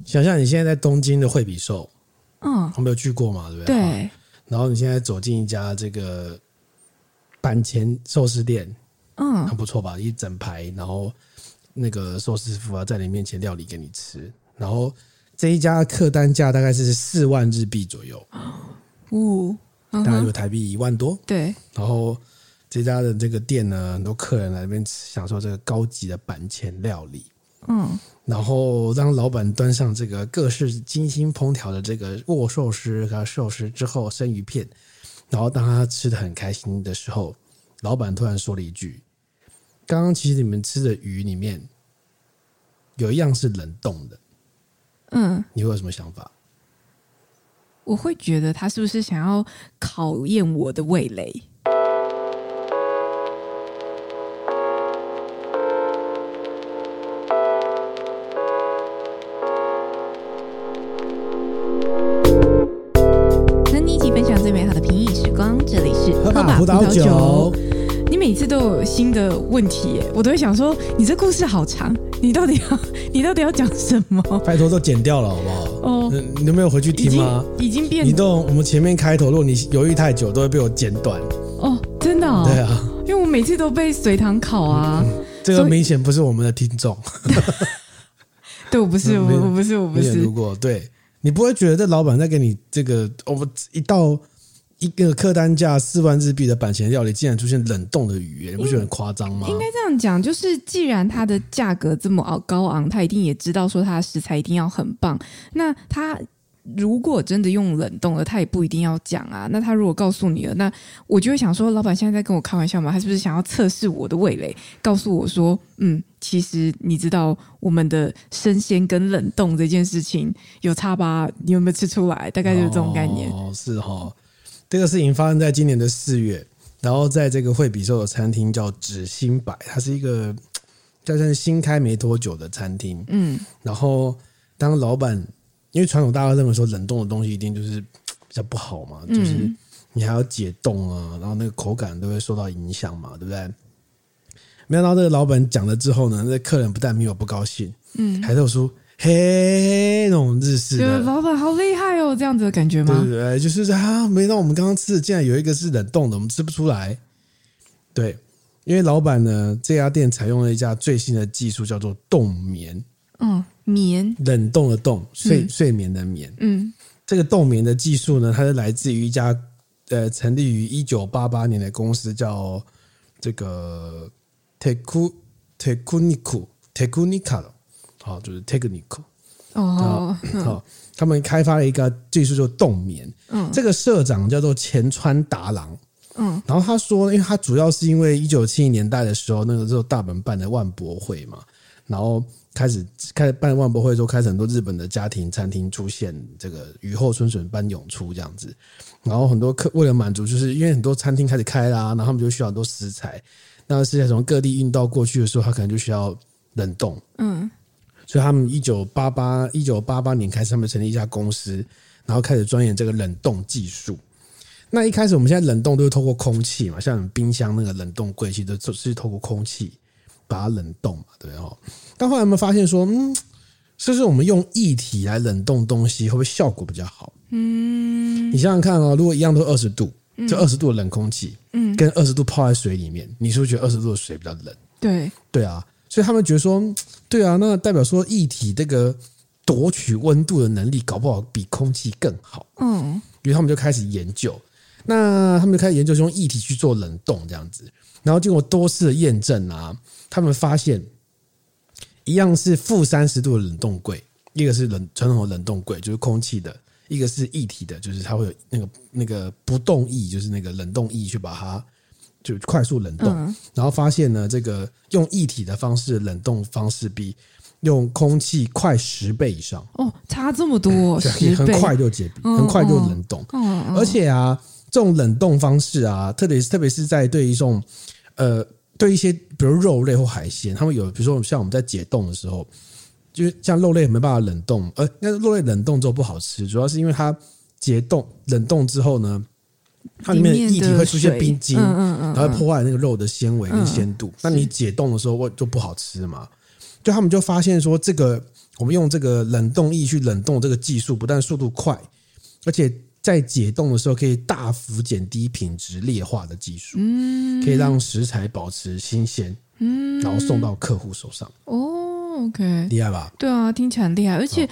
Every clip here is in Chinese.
想象你现在在东京的惠比寿，我没有去过嘛，对不对？ 对。 然后你现在走进一家这个板前寿司店，很不错吧？一整排，然后那个寿司师傅在你面前料理给你吃，然后这一家客单价大概是4万日币左右，大概有台币1万多。 对， 然后这家的这个店呢，很多客人来这边享受这个高级的板前料理。然后当老板端上这个各式精心烹调的这个握寿司和寿司之后，生鱼片，然后当他吃得很开心的时候，老板突然说了一句：刚刚其实你们吃的鱼里面有一样是冷冻的。你会有什么想法？ 我会觉得他是不是想要考验我的味蕾？和你一起分享最美好的平饮时光，这里是喝吧葡萄酒。 你每次都有新的问题耶，我都会想说，你这故事好长，你到底要讲什么？ 拜托都剪掉了好不好？你都没有回去听吗？ 已经变， 你都我们前面开头，如果你犹豫太久，都会被我剪短。 真的对啊， 因为我每次都被随堂考啊。 这个明显不是我们的听众。 对，我不是。 如果对你不会觉得这老板在给你这个，一个客单价4万日币的板前料理，竟然出现冷冻的鱼，你不觉得很夸张吗？ 应该这样讲，就是既然它的价格这么高昂，他一定也知道说它的食材一定要很棒。那他如果真的用冷冻的，他也不一定要讲啊。那他如果告诉你了，那我就会想说，老板现在在跟我开玩笑吗？他是不是想要测试我的味蕾，告诉我说，其实你知道我们的生鲜跟冷冻这件事情有差吧？你有没有吃出来？大概就是这种概念。 是齁。这个事情发生在今年的4月，然后在这个惠比寿的餐厅叫纸心百，它是一个叫做新开没多久的餐厅。然后当老板，因为传统大家认为说冷冻的东西一定就是比较不好嘛，就是你还要解冻啊，然后那个口感都会受到影响嘛，对不对？没想到这个老板讲了之后呢，那客人不但没有不高兴，还都说嘿，那种日式的， 老板好厉害哦，这样子的感觉吗？ 对，就是没让我们刚刚吃的，竟然有一个是冷冻的，我们吃不出来。对，因为老板呢，这家店采用了一家最新的技术，叫做冻眠。 眠， 冷冻的冻，睡眠的眠。这个冻眠的技术呢，它是来自于一家成立于1988年的公司，叫这个 Technical。就是 technical 他们开发了一个技术，就冻眠。这个社长叫做前川达郎。然后他说，因为他主要是因为1970年代的时候，那个时候大阪办的万博会嘛，然后开始办万博会的时候，开始很多日本的家庭餐厅出现这个雨后春笋般涌出这样子，然后很多为了满足，就是因为很多餐厅开始开啦，然后他们就需要很多食材，那食材从各地运到过去的时候，他可能就需要冷冻。所以他们1988年开始，他们成立一家公司，然后开始钻研这个冷冻技术。那一开始我们现在冷冻都是透过空气嘛，像冰箱那个冷冻柜其实都是透过空气把它冷冻嘛，对不对？但后来我们发现说，是不是我们用液体来冷冻东西，会不会效果比较好？你想想看如果一样都20度，就20度的冷空气，跟20度泡在水里面，你是不是觉得20度的水比较冷？对啊。所以他们觉得说，对啊，那代表说液体这个夺取温度的能力搞不好比空气更好。因为他们就开始研究，那他们就开始研究用液体去做冷冻这样子，然后经过多次的验证啊，他们发现一样是-30度的冷冻柜，一个是传统的冷冻柜，就是空气的；一个是液体的，就是它会有那个不动液，就是那个冷冻液去把它就快速冷冻，然后发现呢，这个用液体的方式冷冻方式比用空气快10倍以上。 差这么多，10倍， 很快就解冰，很快就冷冻。而且啊，这种冷冻方式啊，特别是在对于这种对一些比如肉类或海鲜，他们有比如说像我们在解冻的时候，就是像肉类没办法冷冻，那肉类冷冻之后不好吃，主要是因为它解冻冷冻之后呢，它里面的液体会出现冰晶，然后破坏那个肉的纤维跟鲜度。那你解冻的时候就不好吃嘛？就他们就发现说，这个我们用这个冷冻液去冷冻这个技术，不但速度快，而且在解冻的时候可以大幅减低品质劣化的技术，可以让食材保持新鲜，然后送到客户手上。 OK， 厉害吧？ 对啊，听起来很厉害，而且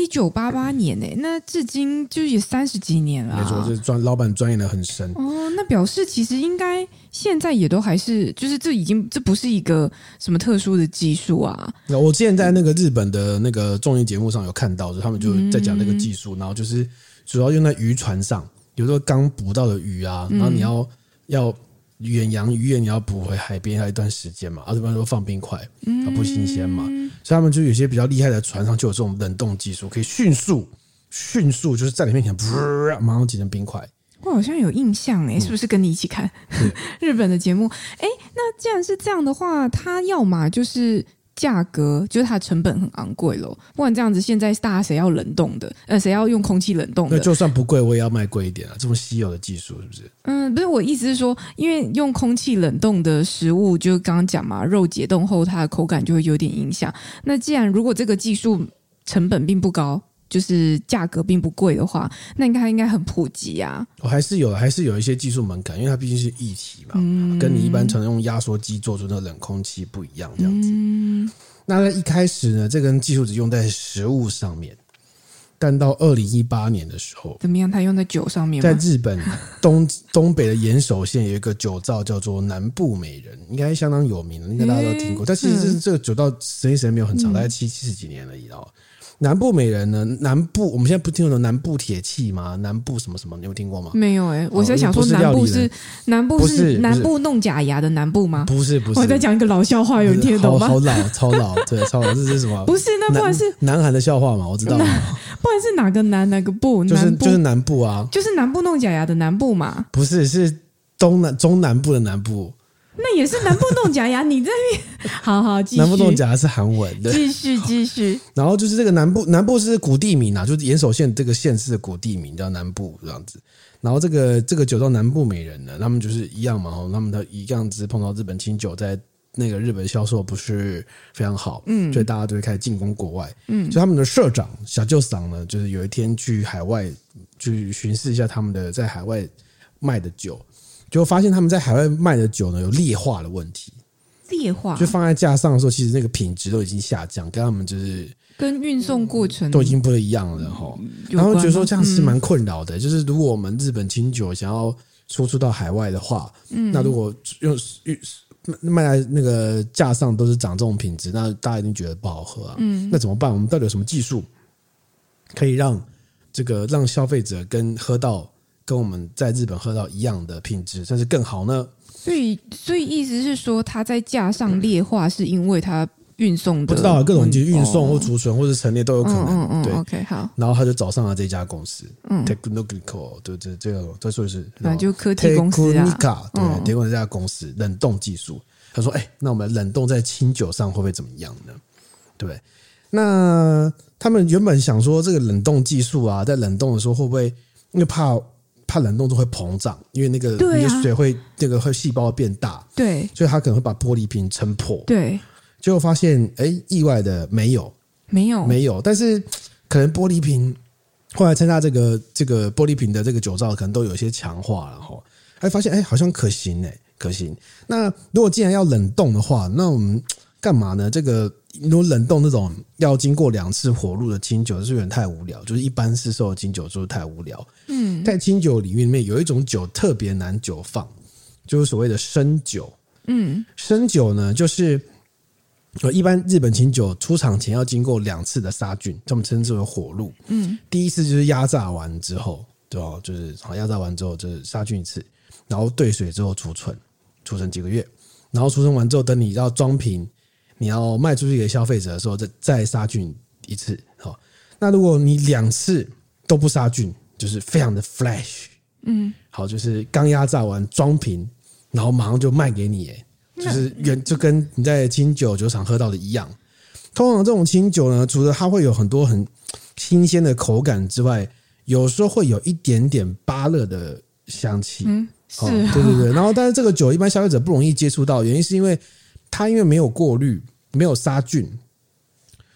1988年那至今就也30几年了。 没错，这老板钻研得很深。 那表示其实应该现在也都还是，就是这不是一个什么特殊的技术啊。 我之前在那个日本的那个综艺节目上有看到，他们就在讲那个技术，然后就是主要用在渔船上，有时候刚捕到的鱼啊，然后你要远洋渔业，你要捕回海边要一段时间嘛，这边都放冰块，不新鲜嘛，所以他们就有些比较厉害的船上就有这种冷冻技术，可以迅速就是在你面前马上挤成冰块。 我好像有印象是不是跟你一起看日本的节目？那既然是这样的话，它要嘛就是价格，就是它的成本很昂贵咯，不然这样子现在大家谁要冷冻的，谁要用空气冷冻的？ 那就算不贵我也要卖贵一点啊，这么稀有的技术是不是？ 不是，我意思是说，因为用空气冷冻的食物，就刚刚讲嘛，肉解冻后它的口感就会有点影响。那既然如果这个技术成本并不高，就是价格并不贵的话，那应该很普及啊。 还是有一些技术门槛，因为它毕竟是液体嘛，跟你一般常用压缩机做出的冷空气不一样，这样子。那一开始呢，这个技术只用在食物上面，但到2018年的时候， 怎么样？它用在酒上面吗？ 在日本东北的岩手县有一个酒造叫做南部美人，应该相当有名，应该大家都听过。但其实这个酒造时间没有很长，大概70几年而已哦。南部美人呢？我们现在不听过南部铁器吗？南部什么什么，你有听过吗？ 没有我在想说南部是南部弄假牙的南部吗？ 不是， 我在讲一个老笑话，有人听得懂吗？ 好老，超老，对，超老，这是什么？ 不是，那不然是南韩的笑话嘛？我知道，不然是哪个南哪个部？ 就是南部啊， 就是南部弄假牙的南部嘛？ 不是，是中南部的南部。 那也是南部弄假牙，你这边好继续。 南部弄假牙是韩文的， 继续。 然后就是这个南部是古地名啊，就是岩手县这个县市的古地名叫南部这样子。然后这个酒叫南部美人呢，他们就是一样嘛，他们的一样只碰到日本清酒在那个日本销售不是非常好，所以大家就会开始进攻国外。所以他们的社长小舅桑呢，就是有一天去海外去巡视一下他们的在海外卖的酒。就发现他们在海外卖的酒呢有劣化的问题， 劣化就放在架上的时候，其实那个品质都已经下降，跟他们就是跟运送过程都已经不一样了哈。然后觉得说这样是蛮困扰的，就是如果我们日本清酒想要输出到海外的话，那如果用卖在那个架上都是长这种品质，那大家一定觉得不好喝啊。那怎么办？我们到底有什么技术可以让消费者跟我们在日本喝到一样的品质，甚至更好呢？ 所以意思是说，它在架上劣化，是因为它运送的不知道各种运送或储存或者陈列都有可能。对 ，OK 好。 然后他就找上了这家公司，Technical， 对，这说的是， 反正就科技公司啊， 对，Technical 这家公司冷冻技术。他说：“那我们冷冻在清酒上会不会怎么样呢？对不对？那他们原本想说，这个冷冻技术啊，在冷冻的时候会不会因为怕冷冻就会膨胀，因为那个水会细胞变大， 对， 所以它可能会把玻璃瓶撑破， 对。 结果发现，意外的没有，但是可能玻璃瓶后来参加这个玻璃瓶的这个酒造，可能都有一些强化了哈，发现好像可行。那如果既然要冷冻的话，那我们干嘛呢？如果冷冻那种要经过2次火炉的清酒，是有点太无聊，就是一般市售的清酒就是太无聊。在清酒里面有一种酒特别难久放，就是所谓的生酒。生酒呢，就是一般日本清酒出厂前要经过2次的杀菌，他们称之为火炉。第一次就是压榨完之后，对吧？就是压榨完之后就是杀菌1次，然后兑水之后储存几个月，然后储存完之后，等你要装瓶。你要卖出去给消费者的时候，再杀菌1次。那如果你2次都不杀菌，就是非常的 fresh。好，就是刚压榨完装瓶，然后马上就卖给你，就跟你在清酒酒厂喝到的一样。通常这种清酒呢，除了它会有很多很新鲜的口感之外，有时候会有一点点芭乐的香气。对。然后，但是这个酒一般消费者不容易接触到，原因是因为它因为没有过滤、没有杀菌，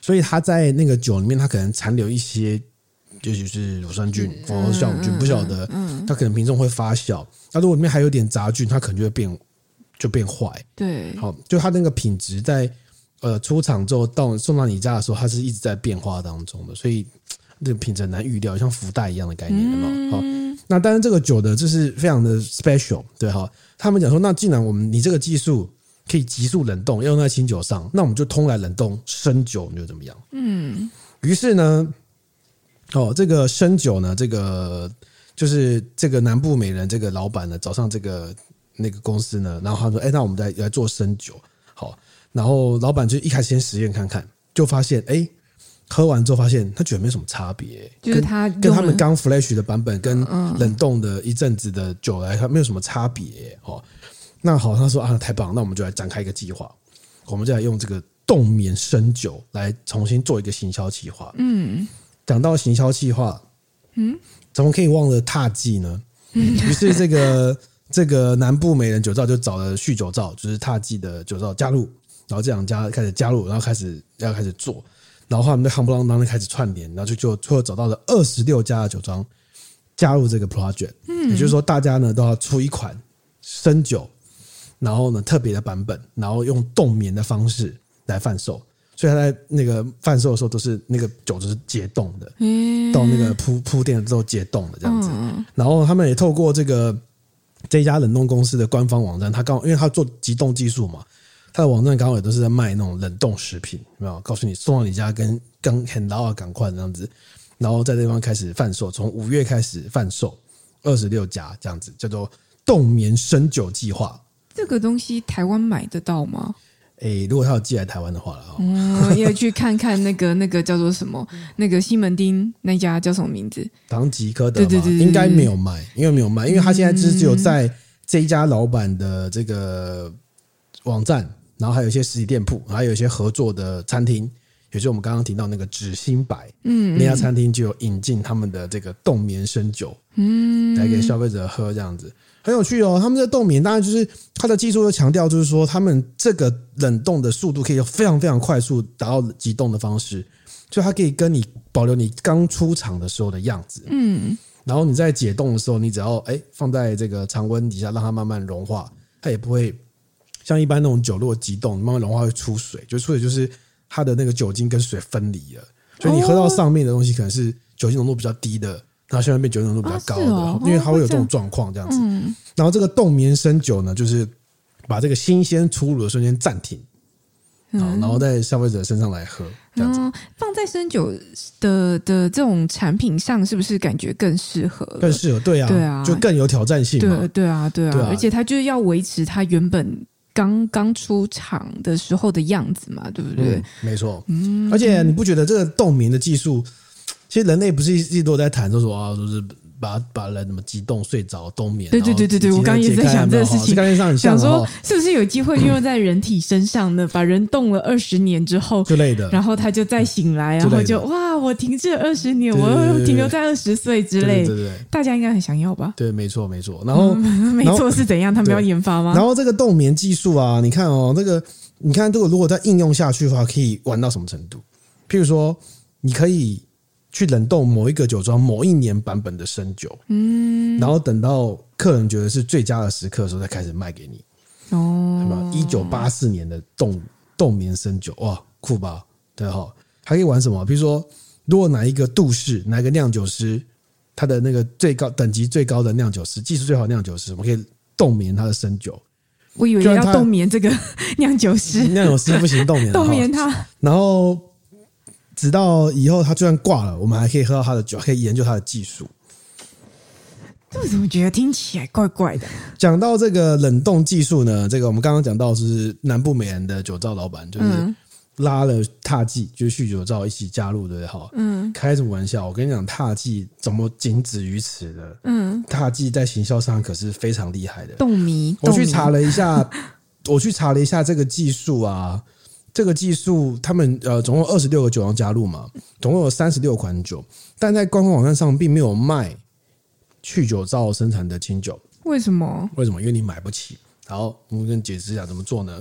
所以它在那个酒里面，它可能残留一些，也许是乳酸菌或酵母菌，不晓得，它可能品种会发酵。那如果里面还有点杂菌，它可能就会变坏。 对， 好，就它那个品质在出厂之后送到你家的时候，它是一直在变化当中的，所以这个品质很难预料，像福袋一样的概念嘛。好，那当然这个酒的这是非常的 special， 对哈。他们讲说，那既然你这个技术可以急速冷冻，要用在清酒上，那我们就通来冷冻生酒，你觉得怎么样？于是呢，这个生酒呢，这个就是这个南部美人这个老板呢，找上那个公司呢，然后他说，那我们来做生酒，好，然后老板就一开始先实验看看，就发现，喝完之后发现他觉得没什么差别， 就是他跟他们刚 flash 的版本跟冷冻的一阵子的酒来看没有什么差别。那好，他说太棒，那我们就来展开一个计划，我们就来用这个冻眠生酒来重新做一个行销计划。讲到行销计划，怎么可以忘了踏剂呢？于是这个南部美人酒造就找了酗酒造，就是踏剂的酒造加入，然后这两家开始加入，然后开始做。然后他们在夯不啷当就开始串联，然后就最后找到了26家的酒庄加入这个 project，也就是说大家呢都要出一款生酒，然后呢特别的版本，然后用冻眠的方式来贩售，所以他在那个贩售的时候都是那个酒都是解冻的，到那个铺垫之后解冻的这样子。然后他们也透过这家冷冻公司的官方网站，因为他做急冻技术嘛。他的网站刚好也都是在卖那种冷冻食品，有没有？告诉你送到你家跟刚很老啊，赶快这样子，然后在这地方开始贩售，从5月开始贩售26家这样子，叫做冻眠生酒计划。 这个东西台湾买得到吗？ 如果他有寄来台湾的话了， 也去看看那个叫做什么，那个西门町那家叫什么名字？ 唐吉诃德嘛，对，应该没有卖，因为他现在只有在这一家老板的这个网站。然后还有一些实体店铺，还有一些合作的餐厅，也就是我们刚刚提到那个纸心白，那家餐厅就有引进他们的这个冻眠生酒，来给消费者喝，这样子很有趣哦。他们这冻眠当然就是它的技术的强调，就是说他们这个冷冻的速度可以非常非常快速达到急冻的方式，就它可以跟你保留你刚出厂的时候的样子，然后你在解冻的时候，你只要放在这个常温底下让它慢慢融化，它也不会。像一般那种酒如果急冻慢慢融化会出水，出水就是它的那个酒精跟水分离了，所以你喝到上面的东西可能是酒精浓度比较低的，然后下面变酒精浓度比较高的，因为它会有这种状况这样子。然后这个冻眠生酒呢，就是把这个新鲜出炉的瞬间暂停，然后在消费者身上来喝这样子。 放在生酒的这种产品上，是不是感觉更适合？更适合，对啊，就更有挑战性嘛。 对啊，而且它就是要维持它原本刚出厂的时候的样子嘛，对不对？ 没错。而且你不觉得这个冻眠的技术，其实人类不是一直都在谈，说就是把人怎么急冻睡着冬眠。 对，我刚刚也在想这个事情， 概念上很像， 想说是不是有机会运用在人体身上呢？把人冻了20年之后之类的， 然后他就再醒来，然后就哇，我停滞20年，我停留在20岁之类， 对， 大家应该很想要吧？ 对，没错。然后没错是怎样？他们要研发吗？ 然后这个冻眠技术啊，你看你看这个如果再应用下去的话，可以玩到什么程度？譬如说，你可以去冷冻某一个酒庄某一年版本的生酒，然后等到客人觉得是最佳的时刻的时候，再开始卖给你。1984年的冻眠生酒，哇，酷吧？对哈，还可以玩什么？比如说，如果哪一个杜氏，哪一个酿酒师，他的那个等级最高的酿酒师，技术最好的酿酒师，我们可以冻眠他的生酒。 我以为要冻眠这个酿酒师不行，冻眠冻眠他， 然后。直到以后他就算挂了，我们还可以喝到他的酒，可以研究他的技术。 这怎么觉得听起来怪怪的？ 讲到这个冷冻技术呢，这个我们刚刚讲到是南部美人的酒造老板，就是拉了踏剂，就是酗酒造一起加入的，开什么玩笑？我跟你讲，踏剂怎么仅止于此的？踏剂在行销上可是非常厉害的。 冻迷， 我去查了一下这个技术啊。这个技术，他们总共26个酒庄加入嘛，总共有36款酒，但在官方网站上并没有卖酗酒造生产的清酒。 为什么？ 因为你买不起。好，我们跟解释一下怎么做呢？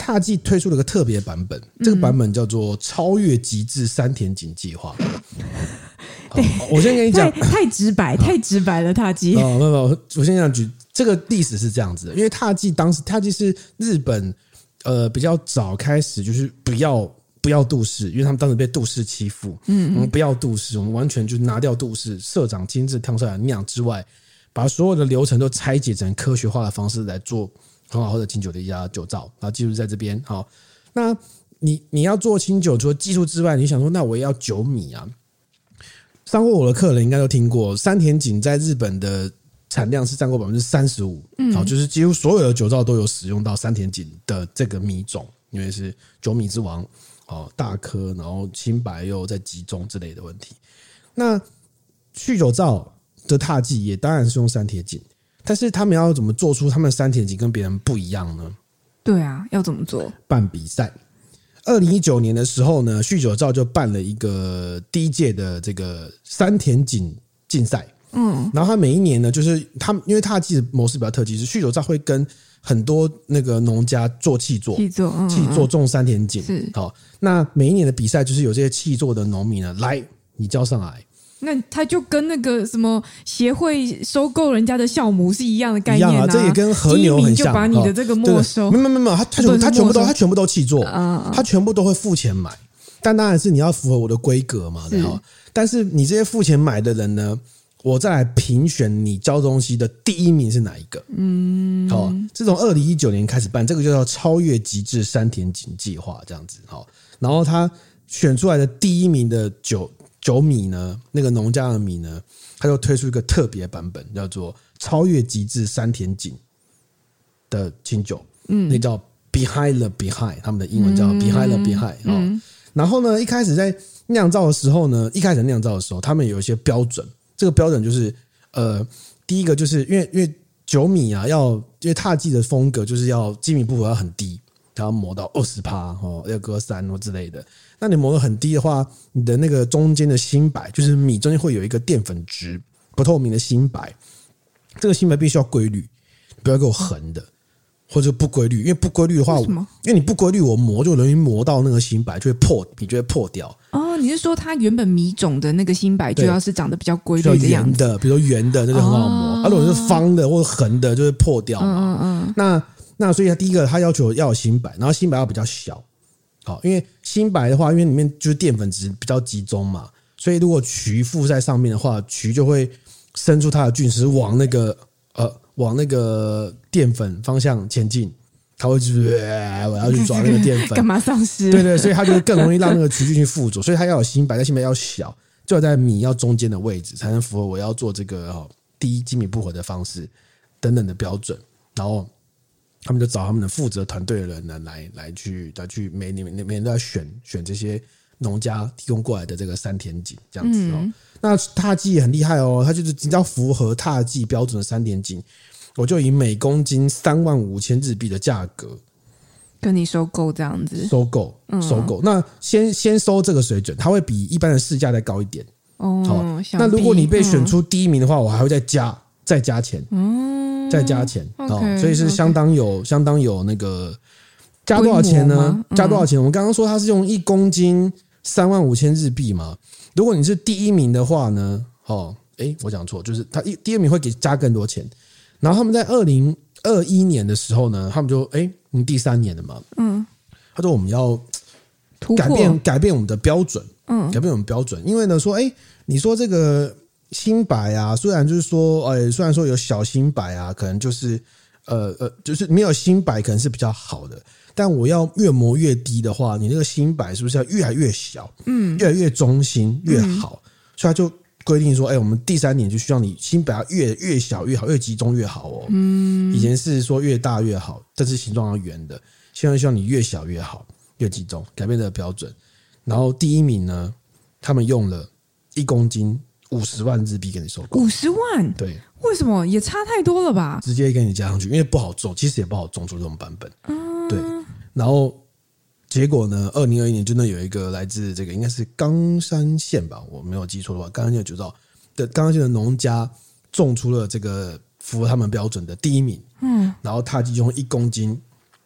踏迹推出了个特别版本，这个版本叫做超越极致山田锦计划。我先跟你讲， 太直白了，踏迹。 没有，我先讲这个历史是这样子的，因为踏迹是日本比较早开始就是不要都市，因为他们当时被都市欺负，我们不要都市，我们完全就拿掉都市，社长亲自烫出来酿之外，把所有的流程都拆解成科学化的方式来做很好喝的清酒的一家酒造，然后技术在这边。好，那你要做清酒，除了技术之外，你想说那我也要酒米啊。上过我的客人应该都听过，山田锦在日本的产量是占过 35%，好，就是几乎所有的酒造都有使用到山田锦的这个米种，因为是酒米之王，大颗，然后清白又在集中之类的问题。那酗酒造的踏迹也当然是用山田锦，但是他们要怎么做出他们山田锦跟别人不一样呢？ 对啊，要怎么做？办比赛。2019年的时候呢，酗酒造就办了一个第一届的这个山田锦竞赛。然后他每一年呢，就是他们因为踏迹的模式比较特殊，是酗酒造会跟很多那个农家做契作种山田锦。好，那每一年的比赛就是有这些契作的农民呢，来你交上来。 那他就跟那个什么协会收购人家的酵母是一样的概念啊， 这也跟和牛很像， 就把你的这个没收。 没有，他全部都契作，他全部都会付钱买，但当然是你要符合我的规格嘛，对吧？但是你这些付钱买的人呢，我再来评选你交东西的第一名是哪一个？好，这从2019年开始办，这个就叫超越极致山田锦计划这样子。好，然后他选出来的第一名的酒米呢，那个农家的米呢，他就推出一个特别版本，叫做超越极致山田锦的清酒，那叫 Behind the Behind， 他们的英文叫 Behind the Behind。然后呢，一开始酿造的时候，他们有一些标准，这个标准就是第一个就是因为酒米啊，因为踏迹的风格就是要基米不合要很低，它要磨到 20%， 要搁3或之类的。那你磨得很低的话，你的那个中间的心白，就是米中间会有一个淀粉质不透明的心白，这个心白必须要规律，不要给我横的或者不规律，因为不规律的话，因为你不规律，我磨就容易磨到那个心白，就会破，你就会破掉。 哦，你是说它原本米种的那个心白就要是长得比较规律的样子， 比如说圆的，那就很好磨；如果是方的或者横的，就会破掉嘛。那所以它第一个，它要求要有心白，然后心白要比较小。好，因为心白的话，因为里面就是淀粉质比较集中嘛，所以如果渠附在上面的话，渠就会伸出它的菌丝往那个淀粉方向前进，它会就是我要去抓那个淀粉， 干嘛丧失？ 对，所以它就更容易让那个渠菌去附着，所以它要有心白，但心白要小，就要在米要中间的位置，才能符合我要做这个第一基米不合的方式等等的标准，然后。他们就找他们的负责团队的人呢，来去每年都要选这些农家提供过来的这个山田锦这样子那踏迹也很厉害哦，它就是只要符合踏迹标准的山田锦，我就以每公斤35,000日币的价格跟你收购这样子。 收购。那先收这个水准，它会比一般的市价再高一点。那如果你被选出第一名的话，我还会再加钱。再加钱所以是相当有那个加多少钱呢？加多少钱？我们刚刚说它是用1公斤35,000日币嘛。如果你是第一名的话呢，我讲错，就是他第二名会加更多钱。然后他们在2021年的时候呢，他们就你第3年了嘛，他说我们要改变我们的标准，改变我们标准，因为呢说你说这个。新白啊，虽然说有小新白啊，可能就是就是没有新白可能是比较好的，但我要越磨越低的话，你那个新白是不是要越来越小？越来越中心越好，所以他就规定说，我们第3年就需要你新白要越小越好，越集中越好哦。以前是说越大越好，但是形状要圆的，现在希望你越小越好，越集中，改变的标准。然后第一名呢，他们用了1公斤。50万日币给你收购 ，50万， 对， 为什么也差太多了吧？ 直接给你加上去，因为不好种，其实也不好种出这种版本，对。然后结果呢，2021年真的有一个来自这个应该是冈山县吧，我没有记错的话，冈山县酒造的冈山县的农家种出了这个符合他们标准的第一名，然后踏迹用1公斤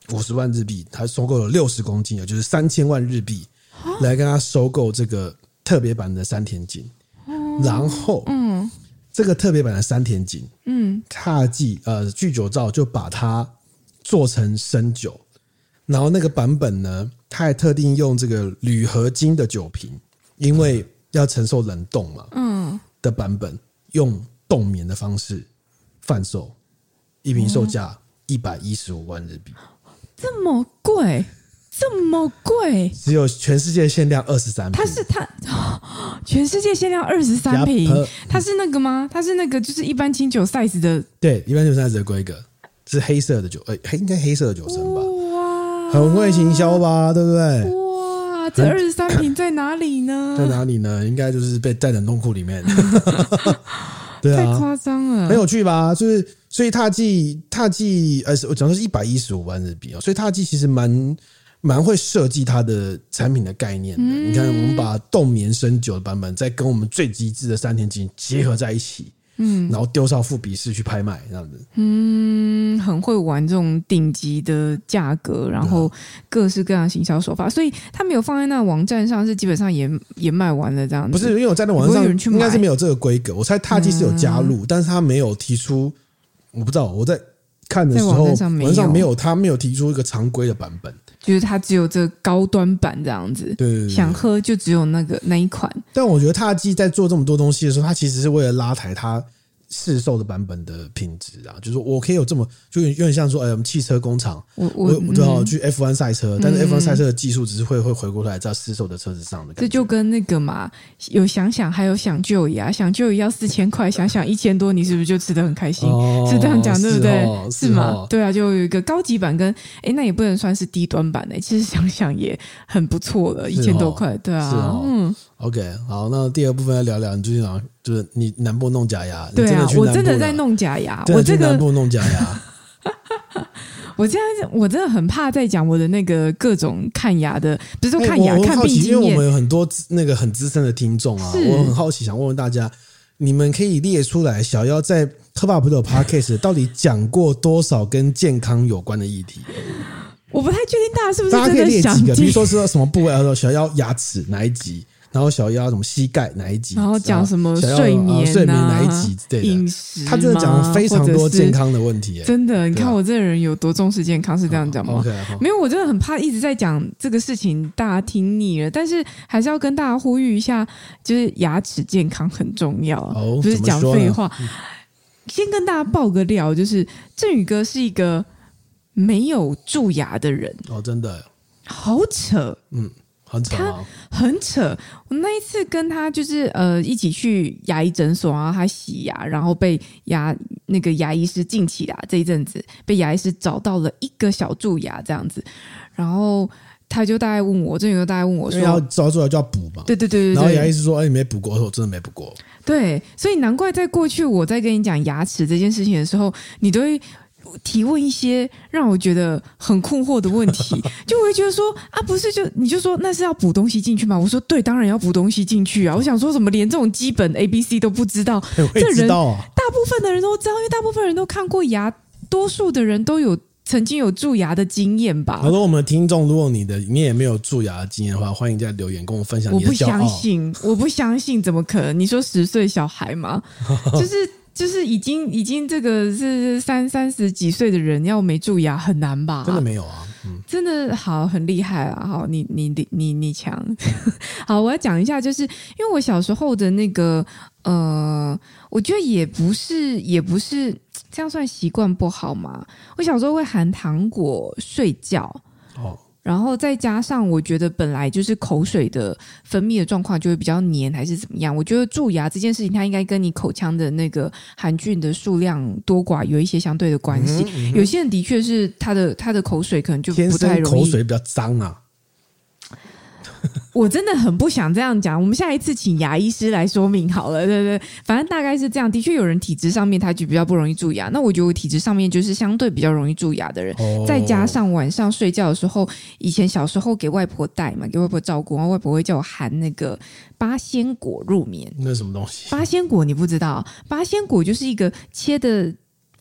50万日币，他收购了60公斤，也就是3000万日币，来跟他收购这个特别版的山田锦。然后，这个特别版的山田锦，踏迹聚酒造就把它做成生酒，然后那个版本呢，他还特定用这个铝合金的酒瓶，因为要承受冷冻嘛，的版本用冻眠的方式贩售，一瓶售价115万日币， 这么贵。这么贵， 只有全世界限量23瓶。 全世界限量23瓶，它是那个吗？它是那个就是一般清酒 size 的， 对，一般清酒 size 的规格是黑色的酒，应该黑色的酒身吧？哇，很会行销吧？对不对？ 哇，这23瓶在哪里呢？ 在哪里呢？应该就是被在冷冻库里面。对啊， 太夸张了， 很有趣吧？就是所以踏迹，我讲的是115万日币哦，所以踏迹其实蛮会设计它的产品的概念的。你看，我们把冻眠生酒的版本，再跟我们最极致的山田锦结合在一起，然后丢上富比士去拍卖，这样子。 很会玩这种顶级的价格，然后各式各样的行销手法，所以他没有放在那网站上，是基本上也卖完了这样子。 不是，因为我在那网站上应该是没有这个规格，我猜踏迹是有加入，但是他没有提出，我不知道我在看的时候，网站上没有，他没有提出一个常规的版本。 就是它只有这个高端版这样子， 对， 想喝就只有那一款。 但我觉得踏迹在做这么多东西的时候，它其实是为了拉抬它市售的版本的品质啊，就是我可以有这么，就有点像说，我们汽车工厂，我去 F1 赛车，但是 F1 赛车的技术只是会回过来在市售的车子上的感觉。 这就跟那个嘛，有想想还有想就椅啊，想就椅要4000块，想想1000多，你是不是就吃得很开心？是这样讲对不对？是吗？对啊，就有一个高级版跟那也不能算是低端版其实想想也很不错了，1000多块，对啊， OK， 好，那第二部分来聊聊你最近就是你南部弄假牙， 对啊，我真的在弄假牙，我这个南部弄假牙， 我真的很怕在讲我的那个各种看牙的，不是说看牙看病经验， 因为我们有很多那个很资深的听众啊，我很好奇，想问问大家，你们可以列出来小妖在喝吧葡萄 Podcast 到底讲过多少跟健康有关的议题？ 我不太确定大家是不是大家可以列几个，比如说是什么部位，小妖牙齿哪一集？然后小妖什么膝盖哪一集？ 然后讲什么睡眠哪一集之类的？ 饮食， 他真的讲了非常多健康的问题。 真的，你看我这个人有多重视健康，是这样讲吗？没有，我真的很怕一直在讲这个事情，大家听腻了。但是还是要跟大家呼吁一下，就是牙齿健康很重要，不是讲废话。先跟大家爆个料，就是振宇哥是一个没有蛀牙的人真的好扯， 很扯吗？ 他很扯。我那一次跟他就是一起去牙医诊所，然后他洗牙，然后被那个牙医师近期这一阵子被牙医师找到了一个小蛀牙这样子，然后他就大概问我，这有大概问我说， 要找蛀牙就要补嘛？ 对。 然后牙医师说：“你没补过。”我说：“我真的没补过。” 对，所以难怪在过去我在跟你讲牙齿这件事情的时候，你都会提问一些让我觉得很困惑的问题，就会觉得说不是你就说那是要补东西进去吗？我说对，当然要补东西进去啊！我想说怎么连这种基本 ABC 都不知道？ 这人大部分的人都知道，因为大部分人都看过牙，多数的人都有曾经有蛀牙的经验吧。 好多我们的听众，如果你也没有蛀牙的经验的话，欢迎在留言跟我分享你的骄傲。 我不相信，怎么可能？你说10岁小孩吗？就是已经这个是30几岁的人要没蛀牙很难吧？ 真的没有啊， 真的好很厉害啊！好，你强。好，我要讲一下，就是因为我小时候的那个我觉得也不是这样算习惯不好吗？我小时候会含糖果睡觉然后再加上我觉得本来就是口水的分泌的状况就会比较黏还是怎么样，我觉得蛀牙这件事情它应该跟你口腔的那个含菌的数量多寡有一些相对的关系。有些人的确是他的口水可能就不太容易， 天生口水比较脏啊。 我真的很不想这样讲，我们下一次请牙医师来说明好了。对，反正大概是这样。的确有人体质上面他就比较不容易蛀牙，那我觉得我体质上面就是相对比较容易蛀牙的人，再加上晚上睡觉的时候，以前小时候给外婆带嘛，给外婆照顾，然后外婆会叫我含那个八仙果入眠。 那是什么东西？ 八仙果你不知道？八仙果就是一个切的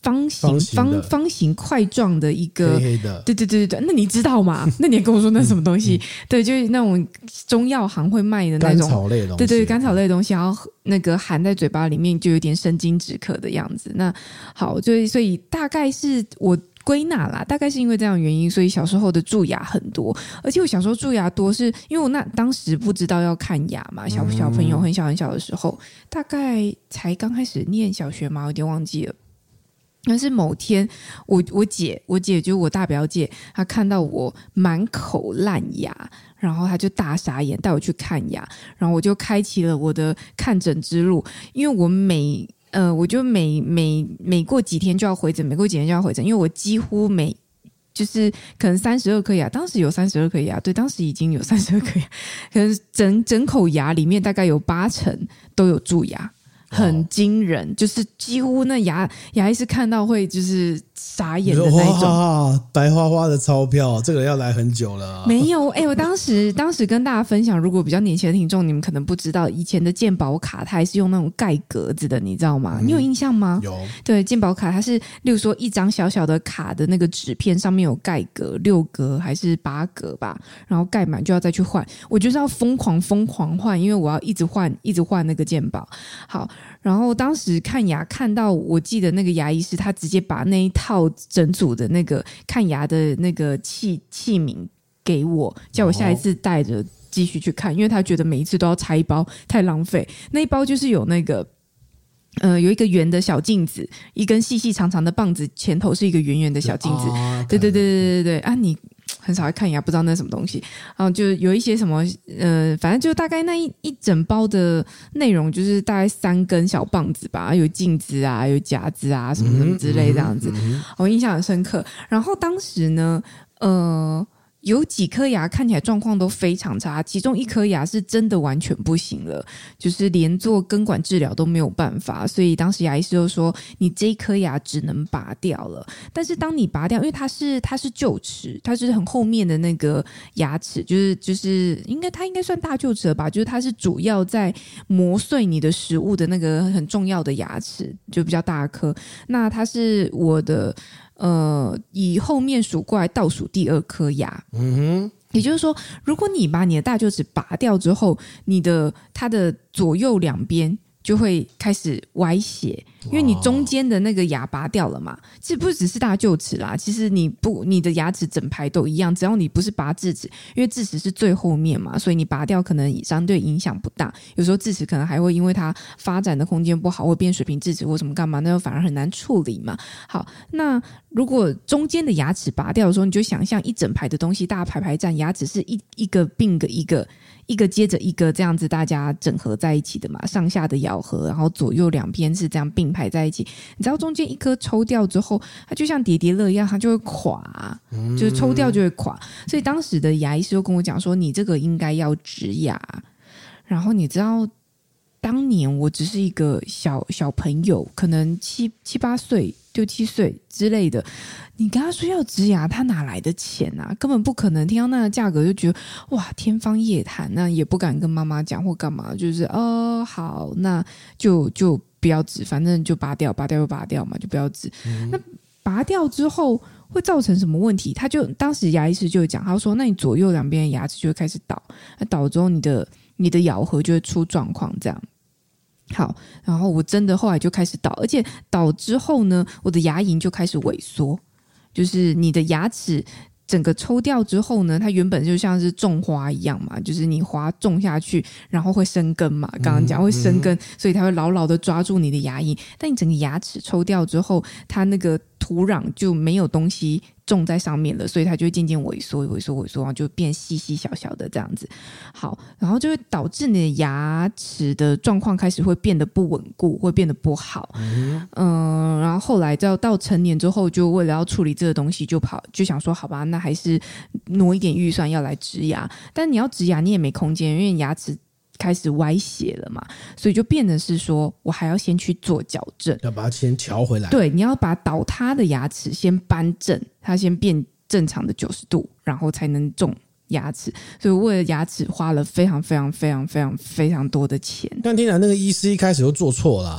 方形块状的一个黑黑的， 对，那你知道吗？那你也跟我说那是什么东西？对，就是那种中药行会卖的那种甘草类的东西， 对，甘草类的东西，然后那个含在嘴巴里面就有点生津止渴的样子。那好，所以大概是我归纳啦，大概是因为这样的原因，所以小时候的蛀牙很多。而且我小时候蛀牙多是因为我当时不知道要看牙嘛，小朋友很小的时候，大概才刚开始念小学嘛，有点忘记了。但是某天我姐就是我大表姐，她看到我满口烂牙，然后她就大傻眼，带我去看牙，然后我就开启了我的看诊之路。因为我就每过几天就要回诊，因为我几乎就是可能32颗牙，当时有32颗牙，对，当时已经有32颗牙，可能整口牙里面大概有80%都有蛀牙。很惊人，就是几乎那牙医是看到会就是傻眼的那一种。 白花花的钞票，这个要来很久了。 没有，我当时跟大家分享，如果比较年轻的听众，你们可能不知道，以前的健保卡它还是用那种盖格子的，你知道吗？你有印象吗？ 有。 对，健保卡它是，例如说一张小小的卡的那个纸片上面有盖格，6格还是8格吧，然后盖满就要再去换。我就是要疯狂换，因为我要一直换那个健保。好。然后当时看牙看到，我记得那个牙医师他直接把那一套整组的那个看牙的那个器皿给我，叫我下一次带着继续去看，因为他觉得每一次都要拆一包太浪费。那一包就是有那个有一个圆的小镜子，一根细细长长的棒子，前头是一个圆圆的小镜子。对啊，你很少会看牙，不知道那是什么东西。然后就有一些什么反正就大概那一整包的内容就是大概3根小棒子吧，有镜子啊，有夹子啊，什么之类这样子。我印象很深刻。然后当时呢，有几颗牙看起来状况都非常差，其中一颗牙是真的完全不行了，就是连做根管治疗都没有办法，所以当时牙医师就说你这一颗牙只能拔掉了。但是当你拔掉，因为它是臼齿，它是很后面的那个牙齿，就是它应该算大臼齿了吧，就是它是主要在磨碎你的食物的那个很重要的牙齿，就比较大颗。那它是我的以后面数过来倒数第2颗牙。也就是说，如果你把你的大臼齿拔掉之后，它的左右两边就会开始歪斜，因为你中间的那个牙拔掉了嘛。其实不只是大臼齿啦，其实你的牙齿整排都一样，只要你不是拔智齿，因为智齿是最后面嘛，所以你拔掉可能相对影响不大。有时候智齿可能还会因为它发展的空间不好，会变水平智齿或什么干嘛，那就反而很难处理嘛。好，那如果中间的牙齿拔掉的时候，你就想象一整排的东西，大家排站，牙齿是一个并一个接着一个这样子，大家整合在一起的嘛，上下的咬合，然后左右两边是这样并排在一起。你知道中间一颗抽掉之后，它就像叠叠乐一样，它就会垮，就是抽掉就会垮。所以当时的牙医师就跟我讲说，你这个应该要植牙。然后你知道当年我只是一个小朋友，可能7、8岁6、7岁之类的，你跟他说要植牙，他哪来的钱啊？根本不可能。听到那个价格就觉得哇，天方夜谭，那也不敢跟妈妈讲或干嘛，就是好，那就不要植，反正就拔掉就拔掉嘛，就不要植。那拔掉之后会造成什么问题？当时牙医师就讲，他说那你左右两边的牙齿就会开始倒，那倒之后你的咬合就会出状况，这样。好，然后我真的后来就开始倒，而且倒之后呢，我的牙龈就开始萎缩，就是你的牙齿整个抽掉之后呢，它原本就像是种花一样嘛，就是你花种下去，然后会生根嘛，刚刚讲会生根，所以它会牢牢的抓住你的牙龈。但你整个牙齿抽掉之后，它那个土壤就没有东西种在上面了，所以它就会渐渐萎缩，然后就变细细小小的这样子。好，然后就会导致你的牙齿的状况开始会变得不稳固，会变得不好。然后后来到成年之后，就为了要处理这个东西，就想说好吧，那还是挪一点预算要来植牙。但你要植牙，你也没空间，因为牙齿开始歪斜了嘛，所以就变成是说我还要先去做矫正， 要把它先调回来。 对，你要把倒塌的牙齿先扳正，它先变正常的90度，然后才能种牙齿。所以为了牙齿花了非常非常非常非常非常多的钱。 但听起来那个医师一开始就做错了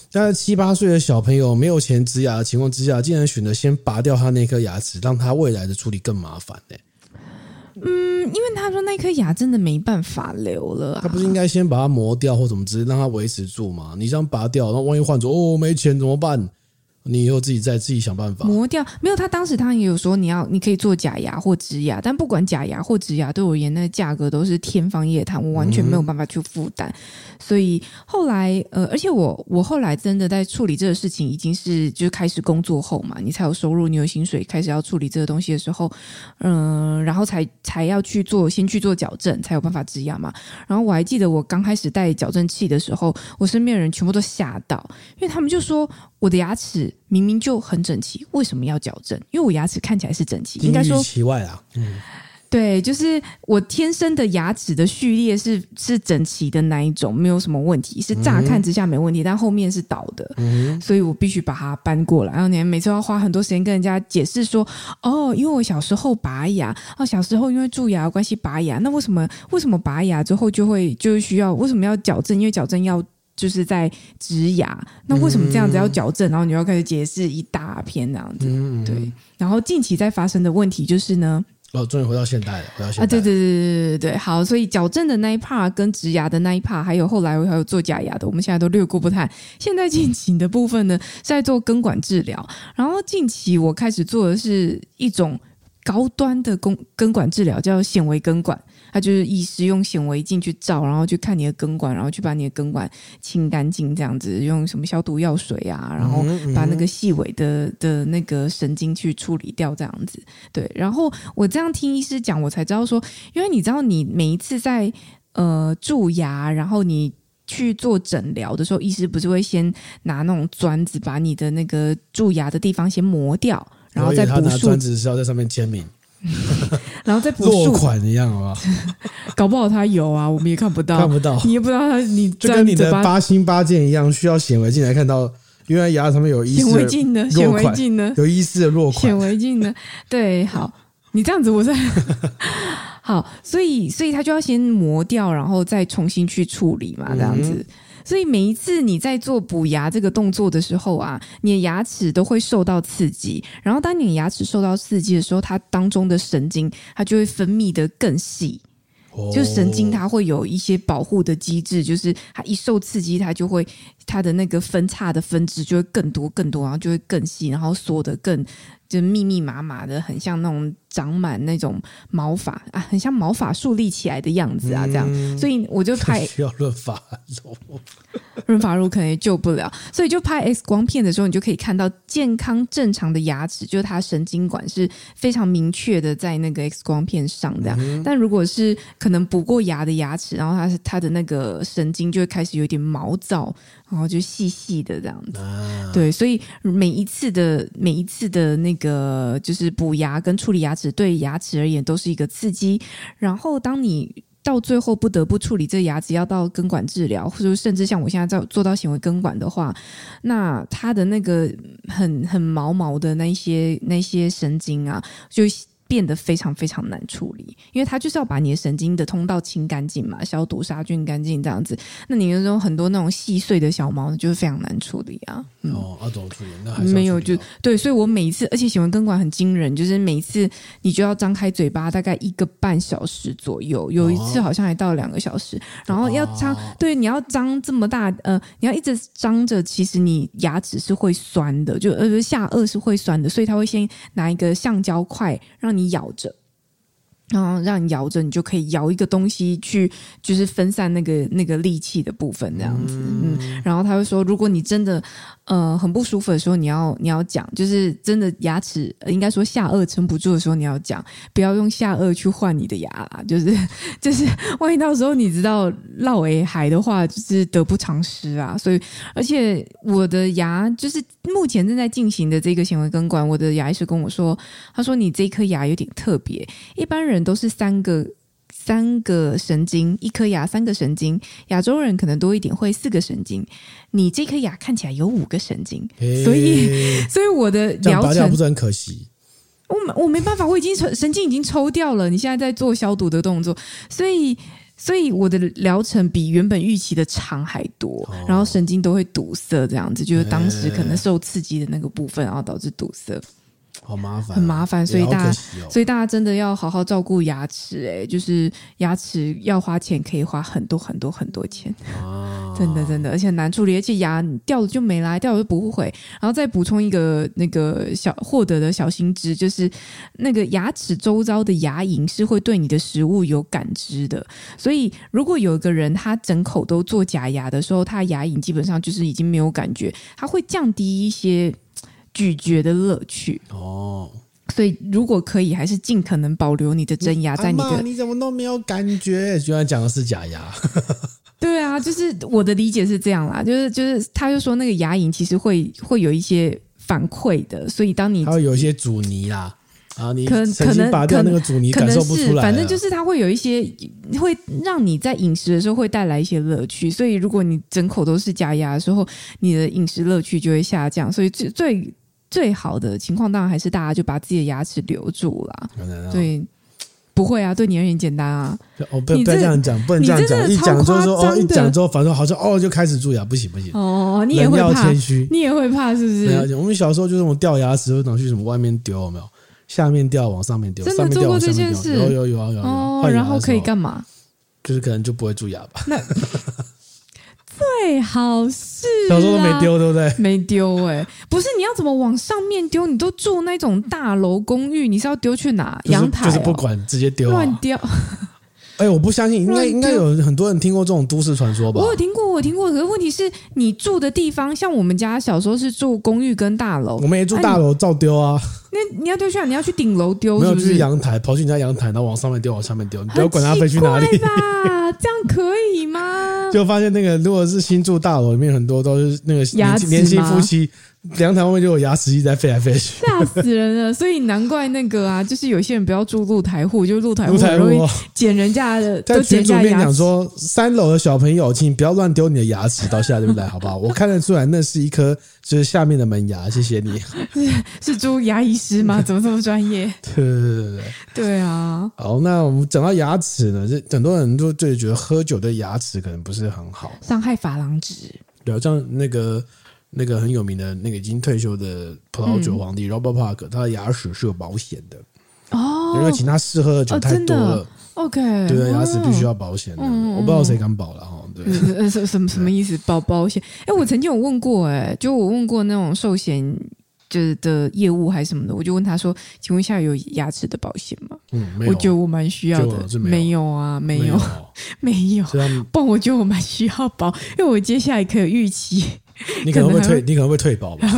在7、8岁的小朋友没有钱植牙的情况之下，竟然选择先拔掉他那颗牙齿，让他未来的处理更麻烦呢、 因为他说那颗牙真的没办法留了、啊， 他不是应该先把它磨掉或怎么之类，让它维持住吗？你这样拔掉，然后万一换做没钱怎么办？你以后自己想办法磨掉。没有，他当时也有说你可以做假牙或植牙，但不管假牙或植牙对我而言，那个价格都是天方夜谭，我完全没有办法去负担。所以后来而且我后来真的在处理这个事情，已经是就是开始工作后嘛，你才有收入，你有薪水，开始要处理这个东西的时候，然后才要先去做矫正，才有办法植牙嘛。然后我还记得我刚开始戴矫正器的时候，我身边的人全部都吓到，因为他们就说我的牙齿明明就很整齐，为什么要矫正？因为我牙齿看起来是整齐，应该说其外啊， 对，就是我天生的牙齿的序列是整齐的那一种，没有什么问题，是乍看之下没问题，但后面是倒的，所以我必须把它搬过来。然后你每次要花很多时间跟人家解释说，因为我小时候拔牙，小时候因为蛀牙的关系拔牙，那为什么拔牙之后就需要为什么要矫正？因为矫正要就是在植牙，那为什么这样子要矫正？然后你要开始解释一大篇这样子，对。然后近期在发生的问题就是呢。 终于回到现代了， 对，好，所以矫正的那一 part 跟植牙的那一 part， 还有后来还有做假牙的，我们现在都略过不谈。现在近期的部分呢，是在做根管治疗，然后近期我开始做的是一种高端的根管治疗，叫显微根管。它就是医师用显微镜去照，然后去看你的根管，然后去把你的根管清干净，这样子用什么消毒药水啊，然后把那个细微的那个神经去处理掉，这样子。对，然后我这样听医师讲，我才知道说，因为你知道你每一次在蛀牙，然后你去做诊疗的时候，医师不是会先拿那种钻子把你的那个蛀牙的地方先磨掉，然后再补他拿钻子是要在上面签名。 然后再补数落款一样，好不好？ 搞不好他有啊，我们也看不到，你也不知道他，你就跟你的8星8件一样，需要显微镜来看到，原来牙上面有医师的显微镜的， 有医师的落款， 显微镜的，对，好，你这样子我在好，所以他就要先磨掉，然后再重新去处理嘛，这样子。所以每一次你在做补牙这个动作的时候啊，你的牙齿都会受到刺激，然后当你的牙齿受到刺激的时候，它当中的神经它就会分泌得更细。就神经它会有一些保护的机制，就是它一受刺激，它的那个分叉的分支就会更多，然后就会更细，然后缩得更就密密麻麻的，很像那种长满那种毛发啊，很像毛发竖立起来的样子啊，这样。所以我就拍需要润发乳， 润发乳可能也救不了，所以就拍 X 光片的时候，你就可以看到健康正常的牙齿，就是它神经管是非常明确的在那个 X 光片上这样。但如果是可能补过牙的牙齿，然后它的那个神经就会开始有点毛躁，然后就细细的这样子。对，所以每一次的那个就是补牙跟处理牙齿，对牙齿而言都是一个刺激。然后当你到最后不得不处理这牙齿，要到根管治疗，或者甚至像我现在做到显微根管的话，那它的那个很毛的那些神经啊，就变得非常非常难处理，因为它就是要把你的神经的通道清干净嘛，消毒杀菌干净这样子。那你那种很多那种细碎的小毛，就是非常难处理啊。 怎么处理？那还是没有对，所以我每一次，而且显微根管很惊人，就是每一次你就要张开嘴巴大概1个半小时左右，有一次好像还到2个小时，然后要张，对，你要张这么大，你要一直张着，其实你牙齿是会酸的，就下颚是会酸的，所以他会先拿一个橡胶块让你咬着。然后让你摇着，你就可以摇一个东西去，就是分散那个力气的部分，这样子。然后他会说，如果你真的很不舒服的时候，你要讲，就是真的牙齿应该说下颚撑不住的时候，你要讲，不要用下颚去换你的牙啦，就是万一到时候你知道落尾海的话，就是得不偿失啊。所以，而且我的牙就是目前正在进行的这个显微根管，我的牙医师跟我说，他说你这颗牙有点特别，一般人都是3个神经，一颗牙3个神经，亚洲人可能多一点会4个神经，你这颗牙看起来有5个神经，所以我的疗程拔掉不是很可惜？ 我没办法，我已经神经已经抽掉了，你现在在做消毒的动作，所以所以我的疗程比原本预期的长还多，然后神经都会堵塞，这样子就是当时可能受刺激的那个部分，然后导致堵塞。 好麻烦， 很麻烦，所以大家， 所以大家真的要好好照顾牙齿，就是牙齿要花钱，可以花很多很多很多钱，真的真的，而且很难处理，而且牙掉了就没啦，掉了就不会。然后再补充一个那个获得的小心知，就是那个牙齿周遭的牙龈是会对你的食物有感知的，所以如果有一个人他整口都做假牙的时候，他牙龈基本上就是已经没有感觉，他会降低一些咀嚼的乐趣所以如果可以，还是尽可能保留你的真牙在你的。 你怎么都没有感觉？居然讲的是假牙。 对啊，就是我的理解是这样啦，就是他就说那个牙龈其实会有一些反馈的，所以当你它会有一些阻尼啦。啊，你曾经拔掉那个阻尼，感受不出来。 反正就是它会有一些，会让你在饮食的时候会带来一些乐趣。所以如果你整口都是假牙的时候，你的饮食乐趣就会下降。所以最好的情况当然还是大家就把自己的牙齿留住啦。对，不会啊，对你而言简单啊。 不要这样讲，不能这样讲。一讲就说一讲之后，反正好像就开始蛀牙，不行。 你也会怕， 谦虚， 你也会怕是不是？ 我们小时候就是那种掉牙齿，会拿去什么外面丢，有没有？下面掉往上面丢， 真的做过这件事？ 有啊。 然后可以干嘛？ 就是可能就不会蛀牙吧。 那最好是小时候都没丢，对不对？ 没丢不是你要怎么往上面丢？你都住那种大楼公寓，你是要丢去哪？阳台就是不管，直接丢， 乱丢。 我不相信，应该有很多人听过这种都市传说吧？ 我有听过。可是问题是你住的地方，像我们家小时候是住公寓跟大楼， 我们也住大楼，照丢啊。 那你要丢去哪？你要去顶楼丢？ 没有， 是不就是阳台，跑去你家阳台，然后往上面丢，往下面丢，你不要管它飞去哪里吧？这样可以吗？ 就发现那个如果是新住大楼里面，很多都是那个年轻夫妻。阳台外面就有牙齿一直在飞来飞去， 吓死人了！所以难怪那个啊，就是有些人不要住露台户，就露台户很容易捡人家的， 在群组里面讲说，3楼的小朋友，请不要乱丢你的牙齿到下面来，好不好？我看得出来那是一颗就是下面的门牙，谢谢你。 是猪牙医师吗？怎么这么专业？对啊。 好，那我们讲到牙齿呢，很多人就觉得喝酒对牙齿可能不是很好， 伤害珐琅质。 对，像那个很有名的那个已经退休的葡萄酒皇帝 Robert Parker， 他的牙齿是有保险的因为其他试喝的酒太多了。 OK， 对，牙齿必须要保险的。我不知道谁敢保了哈。对， 什么意思？保险？我曾经有问过，就我问过那种寿险就是的业务还是什么的，我就问他说：“请问一下有牙齿的保险吗？” 没有。 我觉得我蛮需要的。没有啊，没有。不然我觉得我蛮需要保，因为我接下来可以预期。 你可能会退保吧？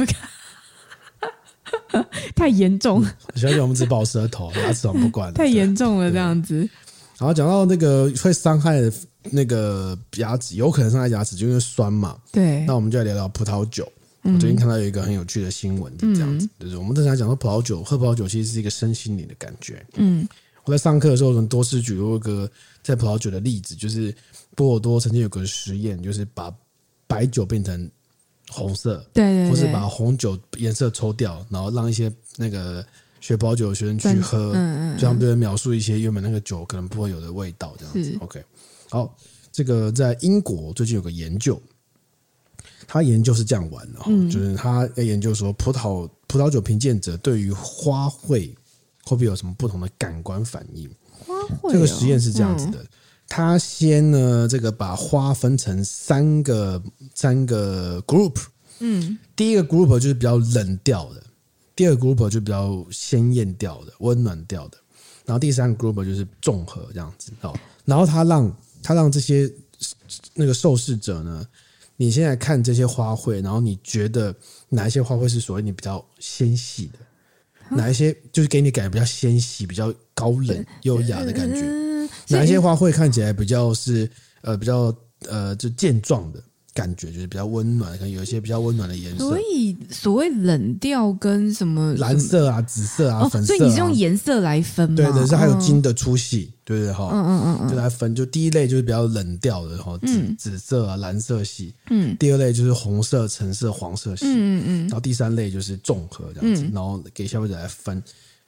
太严重。 小姐，我们只保舌头，牙齿我们不管。 太严重了，这样子。 然后讲到那个会伤害的那个牙齿，有可能伤害牙齿，就因为酸嘛。 对。 那我们就来聊聊葡萄酒。我最近看到有一个很有趣的新闻，是这样子，就是我们正常讲说喝葡萄酒其实是一个身心灵的感觉。我在上课的时候多次举过一个在葡萄酒的例子，就是波尔多曾经有个实验，就是把白酒变成红色， 对， 或是把红酒颜色抽掉，然后让一些那个学葡萄酒的学生去喝，就他们就会描述一些原本那个酒可能不会有的味道，这样子。OK， 好，这个在英国最近有个研究。他研究是这样玩的，就是他要研究说葡萄酒评鉴者对于花卉会不会有什么不同的感官反应。 花卉， 这个实验是这样子的，他先呢这个把花分成三个 group，第一个 group 就是比较冷调的，第二个 group 就比较鲜艳调的、温暖调的，然后第三个 group 就是综合这样子。然后他让这些那个受试者呢。你现在看这些花卉，然后你觉得哪一些花卉是所谓你比较纤细的，哪一些就是给你感觉比较纤细、比较高冷、优雅的感觉，哪一些花卉看起来比较是就健壮的感觉，就是比较温暖，可能有一些比较温暖的颜色。 所以所谓冷调跟什么蓝色啊、紫色啊、粉色啊， 所以你是用颜色来分吗？ 对，是还有金的粗细，对不对哈？就来分，就第一类就是比较冷调的哈，紫色啊、蓝色系。第二类就是红色、橙色、黄色系。然后第三类就是综合这样子，然后给消费者来分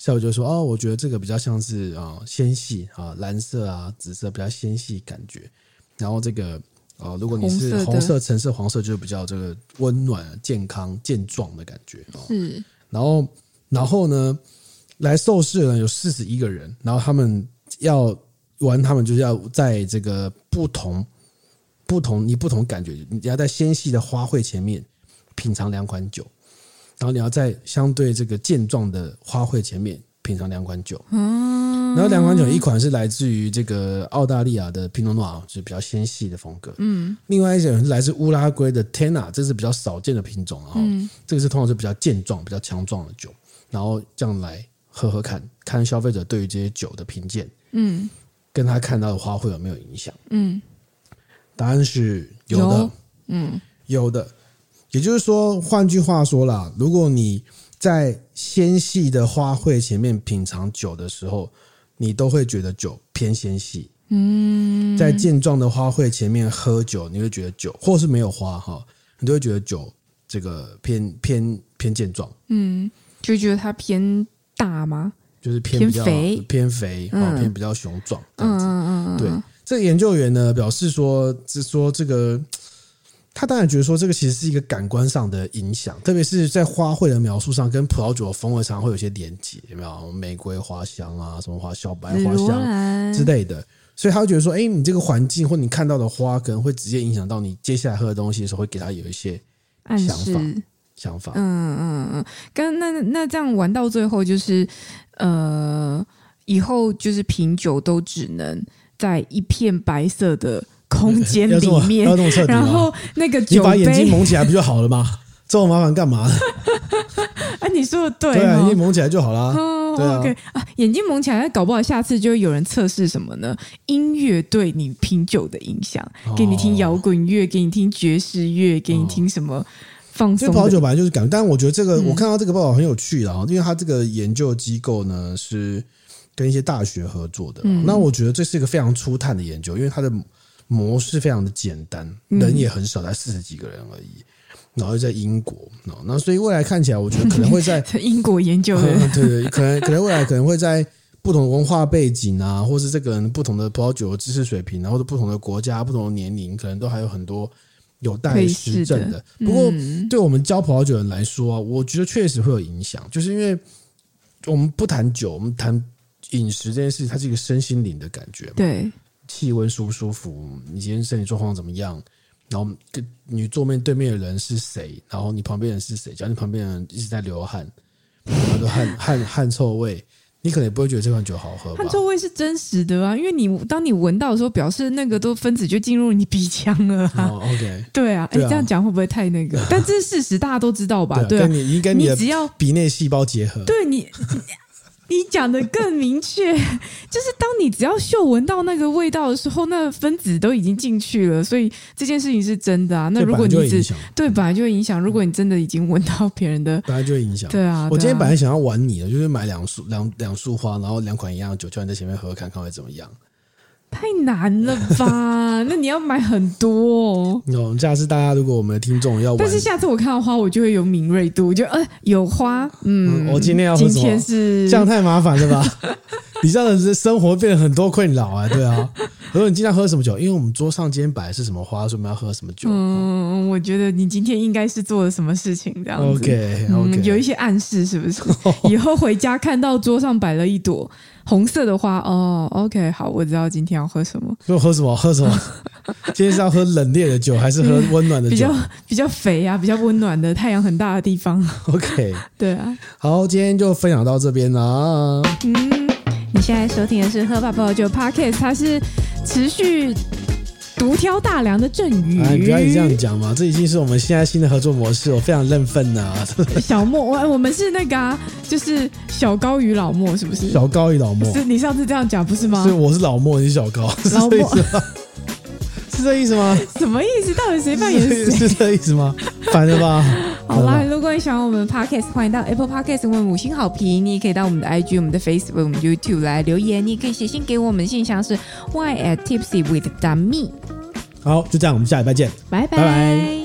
校友就说哦，我觉得这个比较像是纤细啊，蓝色啊、紫色比较纤细感觉。然后这个如果你是红色、橙色、黄色，就比较这个温暖、健康、健壮的感觉。 是。 然后呢，来受试的人有41个人，然后他们要玩，他们就是要在这个不同感觉，你要在纤细的花卉前面品尝2款酒。然后你要在相对这个健壮的花卉前面品尝2款酒，然后2款酒，一款是来自于这个澳大利亚的 Pinot Noir， 就是比较纤细的风格，另外一种是来自乌拉圭的 Tena， 这是比较少见的品种，这个是通常是比较健壮、比较强壮的酒，然后这样来喝看消费者对于这些酒的评鉴，跟他看到的花卉有没有影响？答案是有的，有的。也就是说，换句话说啦，如果你在纤细的花卉前面品尝酒的时候，你都会觉得酒偏纤细。在健壮的花卉前面喝酒，你会觉得酒，或是没有花你都会觉得酒这个偏健壮。 就觉得它偏大吗？ 就是偏肥，偏比较雄壮这样子。对，这个研究员呢表示说这个。他当然觉得说这个其实是一个感官上的影响，特别是在花卉的描述上跟葡萄酒的风味常会有些连结，有没有玫瑰花香啊，什么花小白花香之类的，所以他会觉得说你这个环境或你看到的花可能会直接影响到你接下来喝的东西的时候，会给他有一些想法。 那这样玩到最后就是以后就是品酒都只能在一片白色的空间里面， 要这么彻底吗？ 然后那个酒杯， 你把眼睛蒙起来不就好了吗？这么麻烦干嘛？ 你说的对， 对啊，眼睛蒙起来就好了。对啊 ，OK 眼睛蒙起来，搞不好下次就会有人测试什么呢？音乐对你品酒的影响，给你听摇滚乐，给你听爵士乐，给你听什么放松的。 葡萄酒本来就是感，但我觉得这个我看到这个报道很有趣啦，因为他这个研究机构呢是跟一些大学合作的。那我觉得这是一个非常初探的研究，因为它的模式非常的简单，人也很少，才40几个人而已，然后在英国，那所以未来看起来，我觉得可能会在英国研究的， 对，可能未来可能会在不同的文化背景啊，或是这个人不同的葡萄酒的知识水平，或者不同的国家、不同的年龄，可能都还有很多有待实证的。不过，对我们教葡萄酒人来说啊，我觉得确实会有影响，就是因为我们不谈酒，我们谈饮食这件事，它是一个身心灵的感觉嘛。 对。 气温舒不舒服？你今天身体状况怎么样？然后你对面的人是谁？然后你旁边人是谁？假如你旁边人一直在流汗，然后汗臭味，你可能也不会觉得这款酒好喝吧？ 汗臭味是真实的啊，因为当你闻到的时候，表示那个都分子就进入你鼻腔了啊。 OK， 对啊，这样讲会不会太那个？但这是事实，大家都知道吧？对啊， 跟你的鼻内细胞结合， 对你讲的更明确，就是当你只要嗅闻到那个味道的时候，那分子都已经进去了，所以这件事情是真的啊。那如果你本来就会影响，如果你真的已经闻到别人的， 本来就会影响。 对啊， 我今天本来想要玩你的，就是买两束花，然后2款一样的酒，叫你在前面喝看看会怎么样。 太难了吧？那你要买很多哦。 下次大家如果我们的听众要玩， 但是下次我看到花，我就会有敏锐度，就有花， 我今天要喝什么？ 今天是这样太麻烦了吧？你这样子生活变得很多困扰啊，对啊。如果你今天喝什么酒？因为我们桌上今天摆的是什么花，所以我们要喝什么酒？ 我觉得你今天应该是做了什么事情这样子。 OK， 有一些暗示是不是？以后回家看到桌上摆了一朵红色的花，OK， 好，我知道今天要喝什么。 喝什么？今天是要喝冷冽的酒，还是喝温暖的酒？ 比较肥啊，比较温暖的，太阳很大的地方。 OK， 对啊。 好，今天就分享到这边啦。 你现在收听的是喝吧葡萄酒 Podcast， 它是持续独挑大梁的郑宇。 你不要一直这样讲嘛，这已经是我们现在新的合作模式，我非常认分呐。 小莫，我们是那个就是小高与老莫，是不是？ 小高与老莫， 是你上次这样讲不是吗？ 是我是老莫，你是小高， 老莫是这意思吗？ 什么意思？到底谁扮演谁？ 是这意思吗？烦了吧？ 好啦，如果你喜欢我们的 Podcast， 欢迎到 Apple Podcast 为我们5星好评。你也可以到我们的 IG、我们的 Facebook、我们 YouTube 来留言。你也可以写信给我们，信箱是 y@tipsywith.me。 好，就这样，我们下礼拜见， 拜拜。